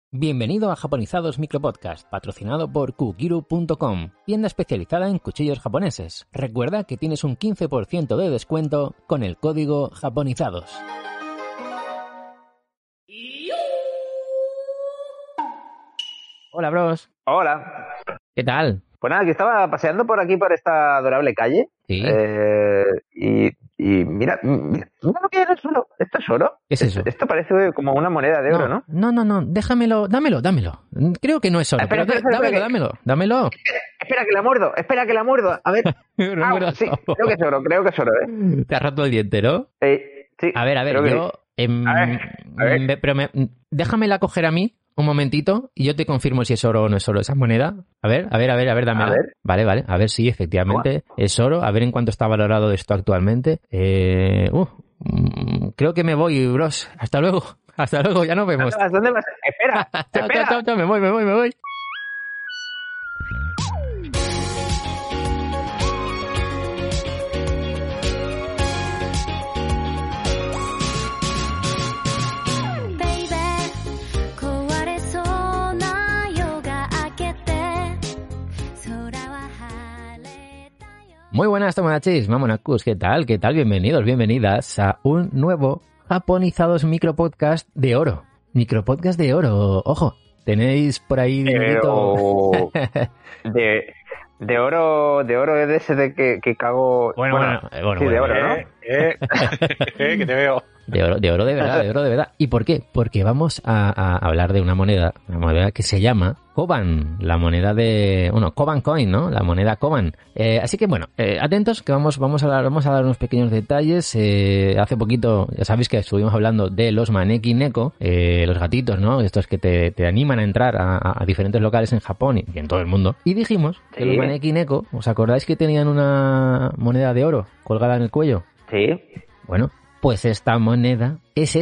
Bienvenido a Japonizados Micropodcast, patrocinado por Kukiru.com, tienda especializada en cuchillos japoneses. Recuerda que tienes un 15% de descuento con el código Japonizados. Hola, bros. Hola. ¿Qué tal? Pues nada, que estaba paseando por aquí, por esta adorable calle. Sí. Y mira lo que hay en el suelo. ¿Esto es oro? ¿Qué es eso? Esto parece como una moneda de oro, ¿no? No, dámelo. Creo que no es oro, Espera, dámelo. Espera que la muerdo. A ver. Sí, creo que es oro, ¿eh? Te has roto el diente, ¿no? Sí. A ver, yo... A ver. Pero déjamela coger a mí un momentito y yo te confirmo si es oro o no es oro esa moneda. A ver, dámela. A ver. Vale. A ver si efectivamente es oro. A ver en cuánto está valorado esto actualmente. Creo que me voy, bros. Hasta luego, ya nos vemos. ¿Dónde vas? Espera. Chao, me voy. Muy buenas, Tomodachis, Mamonakus, ¿qué tal? Bienvenidos, bienvenidas a un nuevo Japonizados Micropodcast de oro. Micropodcast de oro, ojo, tenéis por ahí dibujito... De oro de ese de que cago... Bueno. Sí, de oro, ¿no? Que te veo. De oro de verdad. ¿Y por qué? Porque vamos a hablar de una moneda que se llama Koban, la moneda de... Koban Coin, ¿no? La moneda Koban. Así que, atentos, que vamos a dar unos pequeños detalles. Hace poquito, ya sabéis que estuvimos hablando de los Maneki Neko, los gatitos, ¿no? Estos que te animan a entrar a diferentes locales en Japón y en todo el mundo. Y dijimos que los Maneki Neko, ¿os acordáis que tenían una moneda de oro colgada en el cuello? Sí. Bueno, pues esta moneda,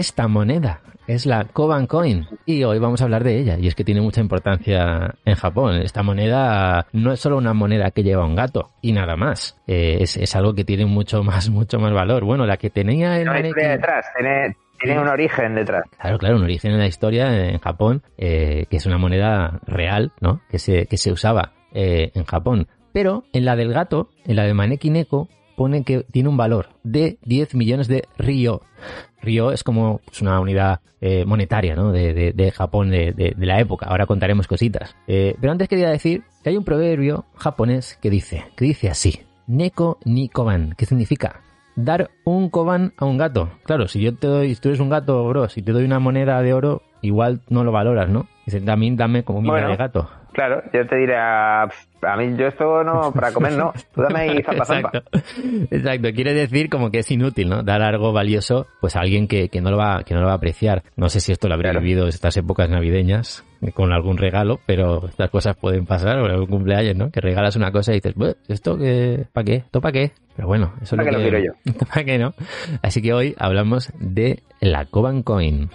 es la Koban Coin, y hoy vamos a hablar de ella, y es que tiene mucha importancia en Japón. Esta moneda no es solo una moneda que lleva un gato y nada más, es algo que tiene mucho más valor. Bueno, la que tenía el maneki... detrás, tiene un origen detrás. Claro, un origen en la historia en Japón, que es una moneda real, ¿no? Que se usaba en Japón. Pero en la del gato, en la de Maneki Neko, pone que tiene un valor de 10 millones de ryo. Ryo es como una unidad monetaria, ¿no? de Japón de la época. Ahora contaremos cositas. Pero antes quería decir que hay un proverbio japonés que dice así: Neko ni koban, que significa dar un koban a un gato. Claro, si tú eres un gato, bro, si te doy una moneda de oro, igual no lo valoras, ¿no? Dice, también dame como moneda de gato. Claro, yo te diré, a mí yo esto no, para comer no, tú dame ahí zampa. Exacto, quiere decir como que es inútil, ¿no? Dar algo valioso pues a alguien que no lo va a apreciar. No sé si esto lo habría vivido en estas épocas navideñas con algún regalo, pero estas cosas pueden pasar, o en algún cumpleaños, ¿no? Que regalas una cosa y dices, ¿esto para qué? ¿Esto para qué? Pero bueno, eso es lo que lo quiero yo. ¿Para qué no? Así que hoy hablamos de la Koban Coin.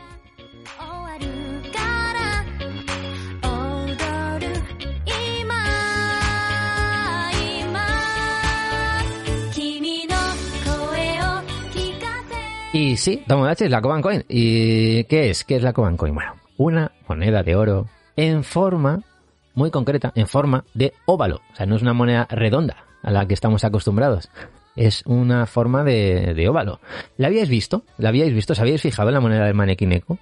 Y sí, Tomodachi, la Koban Coin. ¿Y qué es? ¿Qué es la Koban Coin? Bueno, una moneda de oro en forma muy concreta, en forma de óvalo. O sea, no es una moneda redonda a la que estamos acostumbrados. Es una forma de óvalo. ¿La habíais visto? ¿Os habíais fijado en la moneda del Maneki Neko?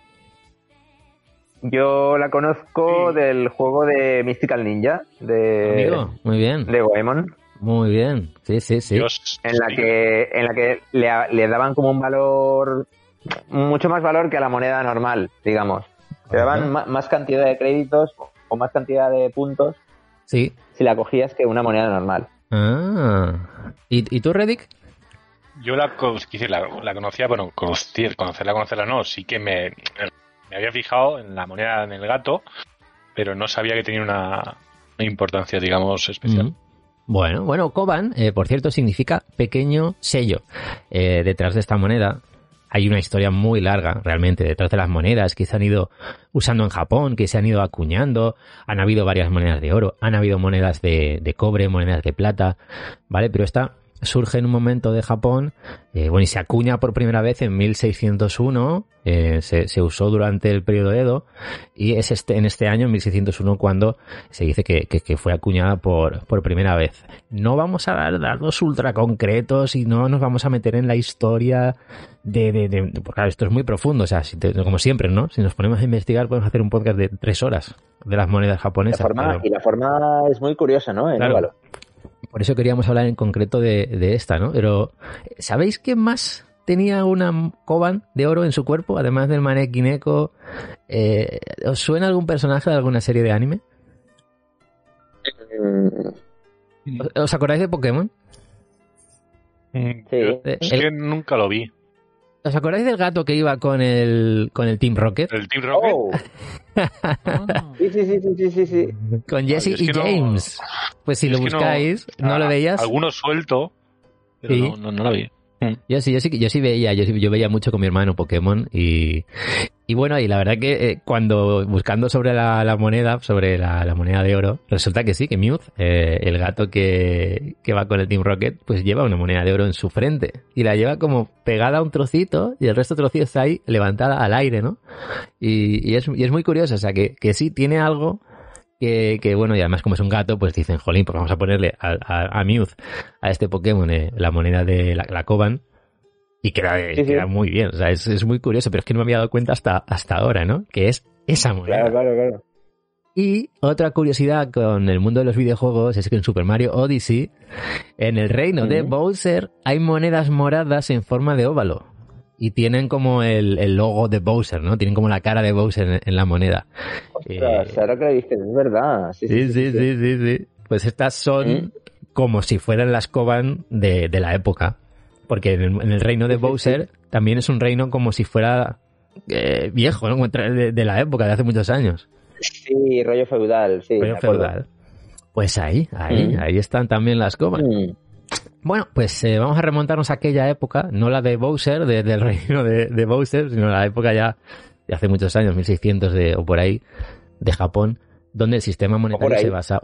Yo la conozco del juego de Mystical Ninja. Amigo, muy bien. De Goemon. Muy bien, sí. Dios, en la que le daban como un valor, mucho más valor que a la moneda normal, digamos. Le daban más cantidad de créditos o más cantidad de puntos si la cogías que una moneda normal. Ah, ¿y tú, Reddick? Yo la conocía, bueno, conocerla no, sí que me había fijado en la moneda en el gato, pero no sabía que tenía una importancia, digamos, especial. Bueno, Koban, por cierto, significa pequeño sello. Detrás de esta moneda hay una historia muy larga, realmente, detrás de las monedas que se han ido usando en Japón, que se han ido acuñando. Han habido varias monedas de oro, han habido monedas de cobre, monedas de plata, ¿vale? Pero esta surge en un momento de Japón, y se acuña por primera vez en 1601, se usó durante el periodo Edo, y es en este año, en 1601, cuando se dice que fue acuñada por primera vez. No vamos a dar datos ultra concretos y no nos vamos a meter en la historia porque claro, esto es muy profundo, o sea, como siempre, ¿no? Si nos ponemos a investigar podemos hacer un podcast de 3 horas de las monedas japonesas. Y la forma es muy curiosa, ¿no? Claro. Por eso queríamos hablar en concreto de esta, ¿no? Pero, ¿sabéis quién más tenía una Koban de oro en su cuerpo, además del Maneki Neko? ¿Os suena algún personaje de alguna serie de anime? ¿Os acordáis de Pokémon? Sí. Es que nunca lo vi. ¿Os acordáis del gato que iba con el Team Rocket? ¿El Team Rocket? Oh. Sí. Con Jesse y James. Pues si lo buscáis, no lo veías. Alguno suelto, pero sí. no lo vi. Yo sí veía, yo veía mucho con mi hermano Pokémon y bueno, y la verdad que cuando buscando sobre la moneda, sobre la moneda de oro, resulta que sí, que Mew, el gato que va con el Team Rocket, pues lleva una moneda de oro en su frente y la lleva como pegada a un trocito y el resto del trocito está ahí levantada al aire, ¿no? Y es muy curioso, o sea, que sí tiene algo que bueno, y además como es un gato, pues dicen, jolín, pues vamos a ponerle a Mew, a este Pokémon, la moneda de la Koban, y queda muy bien, o sea, es muy curioso, pero es que no me había dado cuenta hasta ahora, ¿no? Que es esa moneda. Claro. Y otra curiosidad con el mundo de los videojuegos es que en Super Mario Odyssey, en el reino de Bowser, hay monedas moradas en forma de óvalo. Y tienen como el logo de Bowser, ¿no? Tienen como la cara de Bowser en la moneda. Ostras, ahora que lo dices, es verdad. Sí. Pues estas son como si fueran las Koban de la época. Porque en el reino de Bowser también es un reino como si fuera viejo, ¿no? De la época, de hace muchos años. Sí, rollo feudal, sí. Rollo feudal. Pues ahí están también las Koban. Bueno, pues vamos a remontarnos a aquella época, no la de Bowser, del reino de Bowser, sino la época ya de hace muchos años, 1600 o por ahí, de Japón, donde el sistema monetario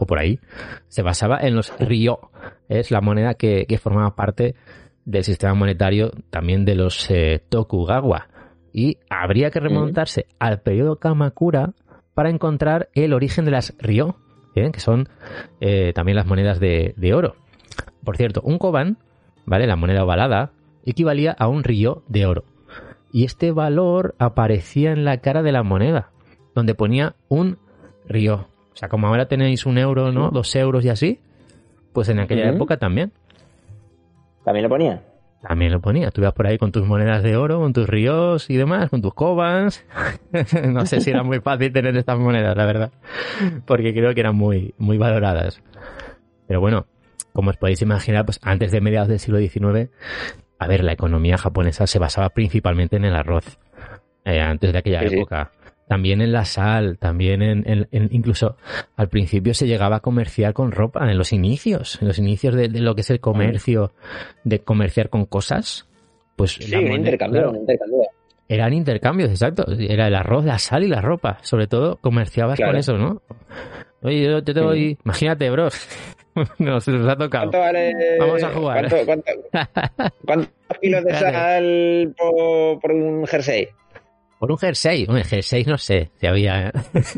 se basaba en los ryo. Es la moneda que formaba parte del sistema monetario también de los Tokugawa. Y habría que remontarse al periodo Kamakura para encontrar el origen de las ryo, que son también las monedas de oro. Por cierto, un koban, ¿vale? La moneda ovalada, equivalía a un ryo de oro. Y este valor aparecía en la cara de la moneda, donde ponía un ryo. O sea, como ahora tenéis 1 euro, ¿no? 2 euros y así, pues en aquella época también. ¿También lo ponía? También lo ponía. Tú ibas por ahí con tus monedas de oro, con tus ryos y demás, con tus kobans. No sé si era muy fácil tener estas monedas, la verdad, porque creo que eran muy valoradas. Pero bueno, como os podéis imaginar, pues antes de mediados del siglo XIX, a ver, la economía japonesa se basaba principalmente en el arroz. Antes de aquella época. También en la sal, también en incluso al principio se llegaba a comerciar con ropa, en los inicios de lo que es el comercio, de comerciar con cosas. Pues sí, un intercambio. Eran intercambios, exacto. Era el arroz, la sal y la ropa. Sobre todo comerciabas con eso, ¿no? Oye, yo te doy... Imagínate, bro. Nos ha tocado. ¿Cuánto vale? Vamos a jugar. ¿Cuántos kilos de sal por un jersey? Por un jersey. Un jersey no sé si había...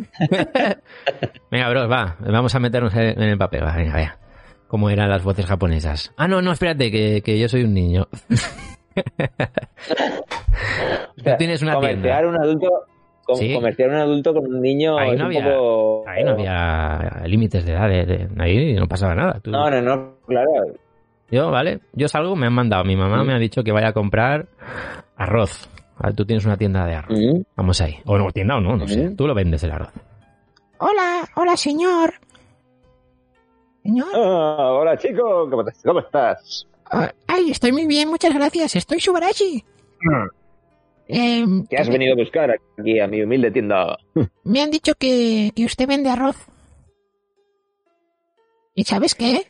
Venga, bro, vamos a meternos en el papel. Venga. ¿Cómo eran las voces japonesas? Ah, no, espérate, que yo soy un niño. Tú tienes una tienda. Comerciar un adulto con un niño ahí es no un poco... Ahí no había límites de edad. Ahí no pasaba nada. No, claro. Yo salgo, me han mandado. Mi mamá me ha dicho que vaya a comprar arroz. Vale, tú tienes una tienda de arroz. Vamos ahí. O no, tienda o no sé. Tú lo vendes el arroz. Hola, señor. ¿Señor? Hola, chico. ¿Cómo estás? Ay, estoy muy bien, muchas gracias. Estoy Subarashi. ¿Qué has venido a buscar aquí a mi humilde tienda? Me han dicho que usted vende arroz. ¿Y sabes qué?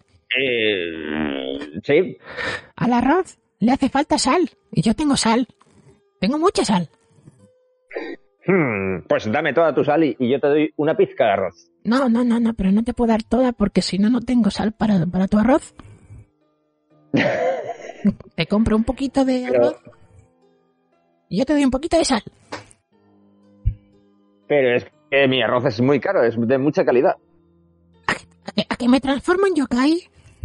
Sí. Al arroz le hace falta sal. Y yo tengo sal. Tengo mucha sal. Pues dame toda tu sal y yo te doy una pizca de arroz. No, pero no te puedo dar toda porque si no tengo sal para tu arroz. Te compro un poquito de arroz y yo te doy un poquito de sal. Pero es que mi arroz es muy caro, es de mucha calidad. ¿A que me transformo en yokai?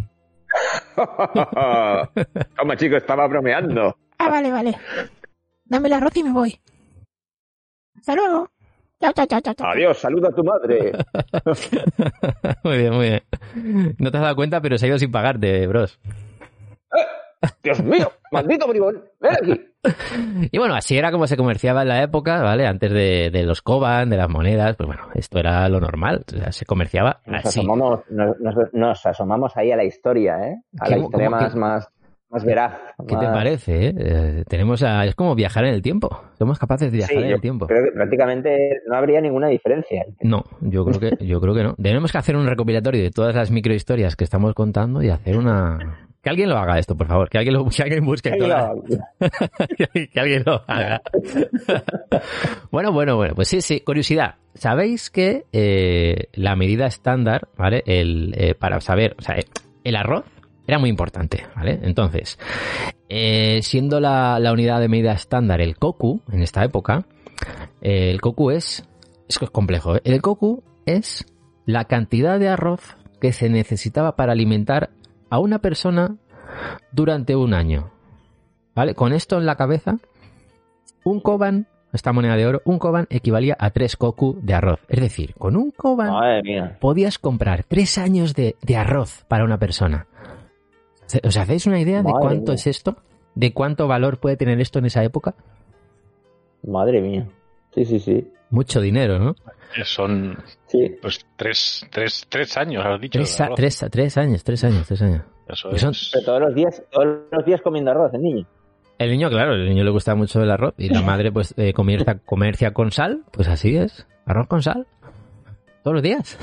Toma, chico, estaba bromeando. Ah, vale. Dame el arroz y me voy. Hasta luego. Chao. Adiós, saluda a tu madre. Muy bien. No te has dado cuenta, pero se ha ido sin pagarte, bros. Dios mío, maldito bribón, ven aquí. Y bueno, así era como se comerciaba en la época, ¿vale? Antes de los koban, de las monedas, pues bueno, esto era lo normal, o sea, se comerciaba así. Nos asomamos ahí a la historia, ¿eh? A la historia más veraz. ¿Qué te parece? Es como viajar en el tiempo. Somos capaces de viajar en el tiempo. Creo que prácticamente no habría ninguna diferencia. No, yo creo que no. Tenemos que hacer un recopilatorio de todas las microhistorias que estamos contando y hacer una... Que alguien lo haga esto, por favor. Que alguien busque. Que alguien lo haga. Bueno. Pues sí. Curiosidad. ¿Sabéis que la medida estándar, ¿vale? Para saber, o sea, el arroz era muy importante, ¿vale? Entonces, siendo la unidad de medida estándar el koku, en esta época, el koku es complejo, ¿eh? El koku es la cantidad de arroz que se necesitaba para alimentar a una persona durante un año, ¿vale? Con esto en la cabeza, un koban, esta moneda de oro, un koban equivalía a 3 koku de arroz. Es decir, con un koban podías comprar 3 años de arroz para una persona. ¿Os hacéis una idea de cuánto es esto? ¿De cuánto valor puede tener esto en esa época? Madre mía. Sí. Mucho dinero, ¿no? Son pues tres años, has dicho. 3 años. Eso pues es. Pero todos los días comiendo arroz, el niño. El niño, claro, el niño le gusta mucho el arroz y la madre pues comercia con sal, pues así es, arroz con sal, todos los días.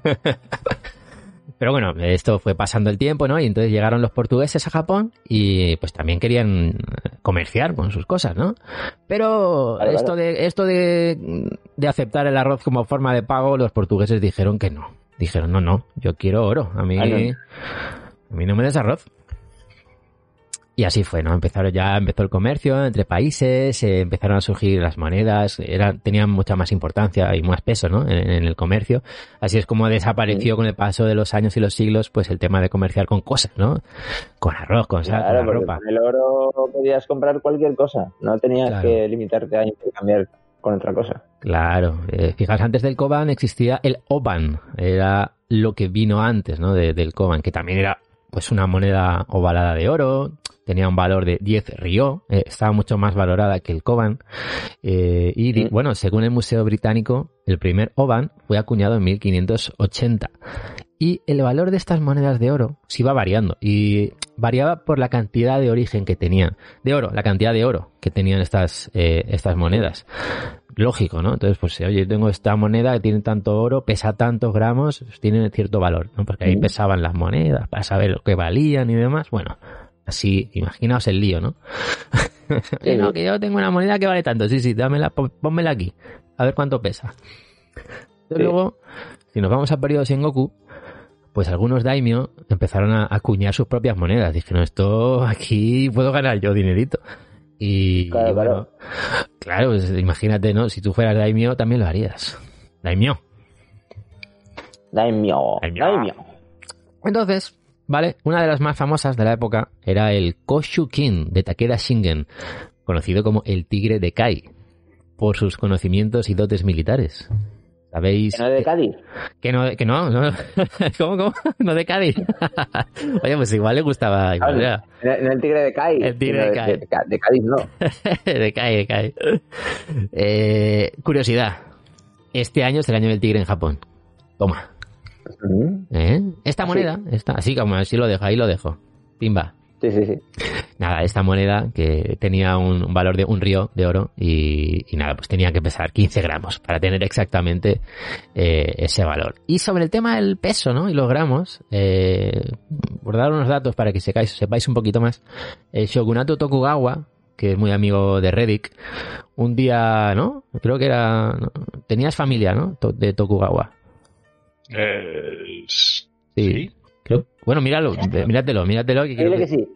Pero bueno, esto fue pasando el tiempo, ¿no? Y entonces llegaron los portugueses a Japón y pues también querían comerciar con sus cosas, ¿no? Pero esto de aceptar el arroz como forma de pago, los portugueses dijeron que no. Dijeron, no, yo quiero oro. A mí no me des arroz. Y así fue, ¿no? Empezó el comercio entre países, empezaron a surgir las monedas, tenían mucha más importancia y más peso, ¿no? En el comercio. Así es como desapareció con el paso de los años y los siglos, pues el tema de comerciar con cosas, ¿no? Con arroz, con sal, con la ropa. Con el oro podías comprar cualquier cosa, no tenías que limitarte a intercambiar con otra cosa. Claro. Fijaos, antes del koban existía el oban, era lo que vino antes, ¿no? Del koban, que también era pues una moneda ovalada de oro, tenía un valor de 10 ryō, estaba mucho más valorada que el koban. Bueno, según el Museo Británico, el primer oban fue acuñado en 1580. Y el valor de estas monedas de oro se iba variando y variaba por la cantidad de origen que tenían. La cantidad de oro que tenían estas monedas. Lógico, ¿no? Entonces, pues, oye, tengo esta moneda que tiene tanto oro, pesa tantos gramos, pues, tiene cierto valor, ¿no? Porque ahí pesaban las monedas para saber lo que valían y demás. Bueno, así, imaginaos el lío, ¿no? No, que yo tengo una moneda que vale tanto. Sí, dámela, pónmela aquí. A ver cuánto pesa. Entonces, luego, si nos vamos a periodo Sengoku, pues algunos daimyo empezaron a acuñar sus propias monedas. Dijeron, esto aquí puedo ganar yo dinerito. Claro, pues imagínate, ¿no? Si tú fueras daimyo, también lo harías. Daimyo. Entonces, ¿vale? Una de las más famosas de la época era el Koshukin de Takeda Shingen, conocido como el Tigre de Kai, por sus conocimientos y dotes militares. ¿Sabéis? ¿Que no es de Cádiz? Que no. ¿Cómo? ¿No de Cádiz? Oye, pues igual le gustaba. No el Tigre de Cádiz. El Tigre de Cádiz. De Cádiz no. de Cádiz. Curiosidad. Este año es el año del tigre en Japón. Toma. Esta moneda, así como así lo dejo, ahí lo dejo. Pimba. Sí. Nada, esta moneda que tenía un valor de 1 ryō de oro y nada, pues tenía que pesar 15 gramos para tener exactamente ese valor. Y sobre el tema del peso, ¿no? Y los gramos, por dar unos datos para que sepáis un poquito más, el Shogunato Tokugawa, que es muy amigo de Reddick, un día, ¿no? Creo que era... ¿no? Tenías familia, ¿no? De Tokugawa. Sí. Creo Bueno, míratelo. Dile que sí.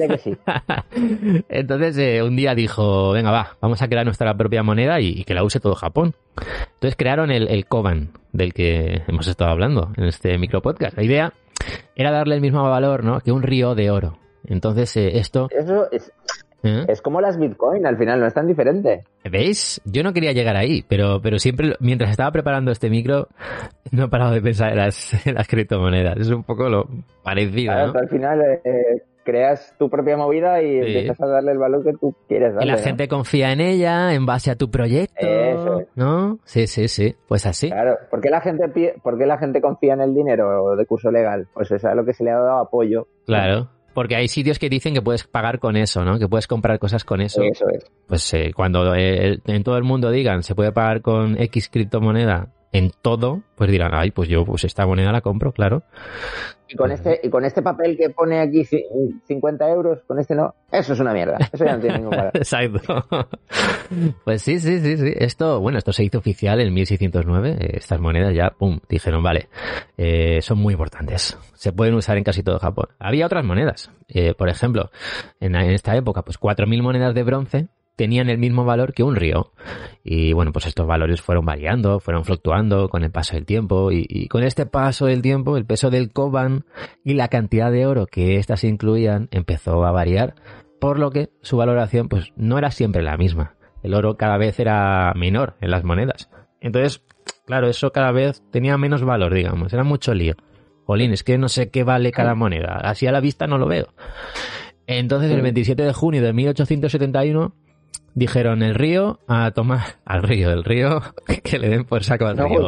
Entonces un día dijo, venga, vamos a crear nuestra propia moneda y que la use todo Japón. Entonces crearon el Koban, del que hemos estado hablando en este micropodcast. La idea era darle el mismo valor, ¿no?, que un río de oro. Entonces esto... Eso es como las Bitcoin, al final, no es tan diferente. ¿Veis? Yo no quería llegar ahí, pero siempre, mientras estaba preparando este micro, no he parado de pensar en las criptomonedas. Es un poco lo parecido, claro, ¿no? Al final creas tu propia movida y empiezas a darle el valor que tú quieres darle. Y la gente confía en ella en base a tu proyecto, eso es. ¿no? Sí. Pues así. Claro. ¿Por qué la gente confía en el dinero de curso legal? Pues es a lo que se le ha dado apoyo. Claro. Porque hay sitios que dicen que puedes pagar con eso, ¿no? Que puedes comprar cosas con eso. Eso es. Pues cuando en todo el mundo digan se puede pagar con X criptomoneda en todo, pues dirán, ay, pues yo esta moneda la compro, claro. Y con este papel que pone aquí 50 euros, con este no, eso es una mierda. Eso ya no tiene ningún valor. Exacto. Pues sí. Esto se hizo oficial en 1609. Estas monedas ya, dijeron, vale, son muy importantes. Se pueden usar en casi todo Japón. Había otras monedas. Por ejemplo, en esta época, pues 4.000 monedas de bronce tenían el mismo valor que un río. Y bueno, pues estos valores fueron variando, fueron fluctuando con el paso del tiempo y con este paso del tiempo el peso del koban y la cantidad de oro que éstas incluían empezó a variar, por lo que su valoración pues no era siempre la misma. El oro cada vez era menor en las monedas. Entonces, claro, eso cada vez tenía menos valor, digamos. Era mucho lío. Jolín, es que no sé qué vale cada moneda. Así a la vista no lo veo. Entonces, el 27 de junio de 1871... dijeron el río a tomar al río, que le den por saco al río.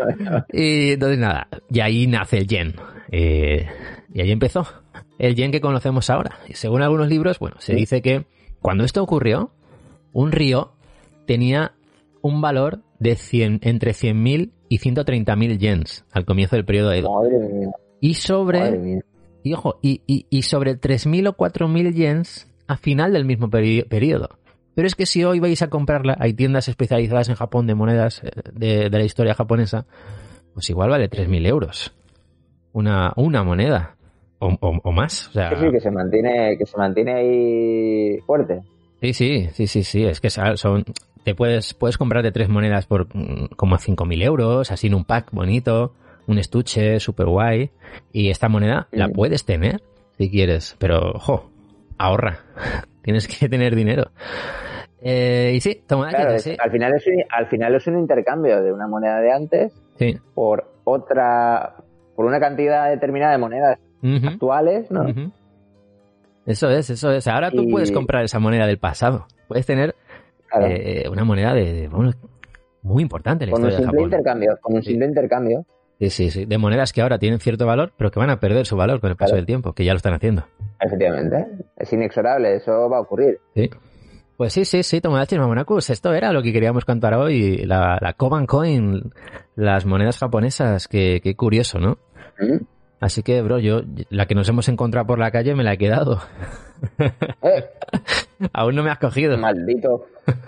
Y entonces nada, y ahí nace el yen. Y ahí empezó el yen que conocemos ahora. Y según algunos libros, bueno, se dice que cuando esto ocurrió, un río tenía un valor de entre 100.000 y 130.000 yens al comienzo del periodo Edo. Madre mía. Y sobre, Madre mía. y ojo, y sobre 3.000 o 4.000 yens a final del mismo periodo. Pero es que si hoy vais a comprarla, hay tiendas especializadas en Japón de monedas de la historia japonesa, pues igual vale 3.000 euros. Una moneda. O más. O sea, sí, que se mantiene ahí fuerte. Sí. Es que puedes comprarte 3 monedas por como 5.000 euros, así en un pack bonito, un estuche súper guay. Y esta moneda la puedes tener si quieres, pero ojo, ahorra. Tienes que tener dinero. Y sí, toma, claro, sí. Al final es un intercambio de una moneda de antes por una cantidad determinada de monedas actuales, ¿no? Eso es. Ahora tú puedes comprar esa moneda del pasado. Puedes tener una moneda muy importante en la historia de Japón. Con un simple intercambio. Sí. De monedas que ahora tienen cierto valor, pero que van a perder su valor con el paso del tiempo, que ya lo están haciendo. Efectivamente. Es inexorable, eso va a ocurrir. Sí. Pues sí, Tomodachi Mamonakus, esto era lo que queríamos contar hoy, la Koban Coin, las monedas japonesas, qué curioso, ¿no? Así que, bro, yo, la que nos hemos encontrado por la calle me la he quedado. Aún no me has cogido. Maldito.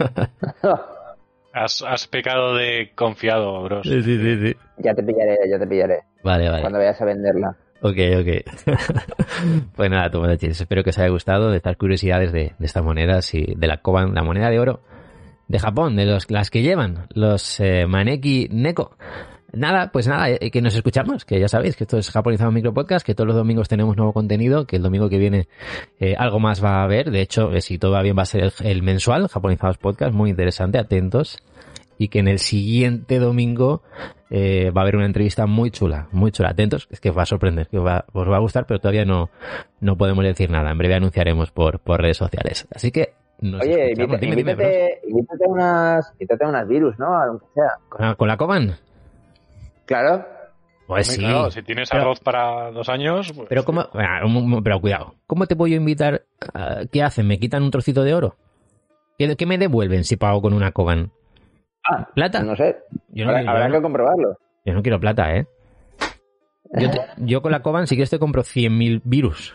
Has pecado de confiado, bro. Sí. Ya te pillaré. Vale. Cuando vayas a venderla. Ok. Pues nada, Tomodachis, espero que os haya gustado de estas curiosidades de estas monedas y de la Koban, la moneda de oro de Japón, de las que llevan los Maneki Neko. Nada, que nos escuchamos, que ya sabéis que esto es Japonizado Micropodcast, que todos los domingos tenemos nuevo contenido, que el domingo que viene algo más va a haber. De hecho, si todo va bien, va a ser el mensual Japonizados Podcast, muy interesante, atentos. Y que en el siguiente domingo va a haber una entrevista muy chula, atentos, es que os va a sorprender, que os va a gustar, pero todavía no podemos decir nada. En breve anunciaremos por redes sociales. Así que nos escuchamos. Invítate unas virus, ¿no? Aunque sea. ¿Con la Koban? Claro. Pues sí. Claro, si tienes arroz para 2 años... Pues pero pero cuidado, ¿cómo te voy a invitar? ¿Qué hacen? ¿Me quitan un trocito de oro? ¿Qué me devuelven si pago con una Koban? ¿Plata? No sé. Habrá que comprobarlo. Yo no quiero plata, ¿eh? Yo con la Koban si quieres te compro 100.000 virus.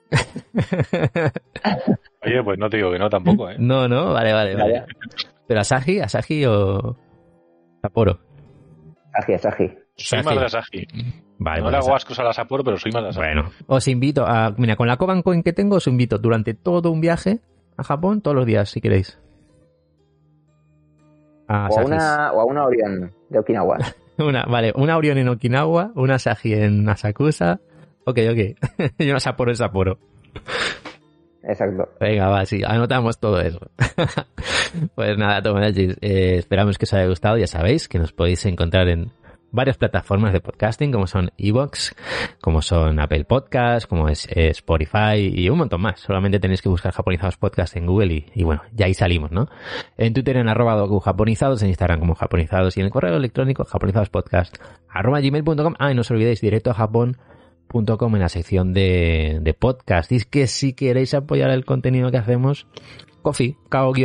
Oye, pues no te digo que no tampoco, ¿eh? No, vale. ¿Pero Asahi o Sapporo? Asahi. Soy más de Asahi. Vale, no le hago ascos a la Sapporo, pero soy más de Asahi. Bueno, os invito a... Mira, con la Koban Coin que tengo, os invito durante todo un viaje a Japón, todos los días, si queréis. O a una Orion de Okinawa. Una Orion en Okinawa, una Asahi en Asakusa. Ok. Y una Sapporo en Sapporo. Exacto. Venga, va, sí, anotamos todo eso. Pues nada, Tomodachis, esperamos que os haya gustado. Ya sabéis que nos podéis encontrar en varias plataformas de podcasting, como son iVoox, como son Apple Podcasts, como es Spotify y un montón más. Solamente tenéis que buscar Japonizados Podcast en Google y bueno, ya ahí salimos, ¿no? En Twitter en @dokujaponizados, en Instagram como japonizados y en el correo electrónico japonizadospodcast@gmail.com. Y no os olvidéis, directo a Japón.com en la sección de podcast. Y es que si queréis apoyar el contenido que hacemos, Ko-fi,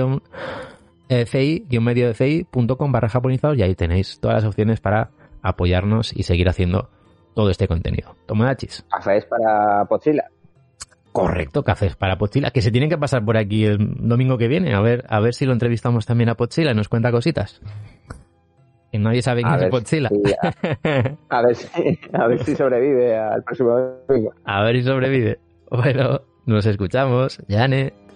kao-fi-medio-fi.com/japonizados, y ahí tenéis todas las opciones para apoyarnos y seguir haciendo todo este contenido. Tomodachis. Cafés para Pochila. Correcto, cafés para Pochila, que se tienen que pasar por aquí el domingo que viene, a ver si lo entrevistamos también a Pochila y nos cuenta cositas. Que nadie sabe quién es Pochila. Sí, a ver si sobrevive al próximo domingo. A ver si sobrevive. Bueno, nos escuchamos. Yane.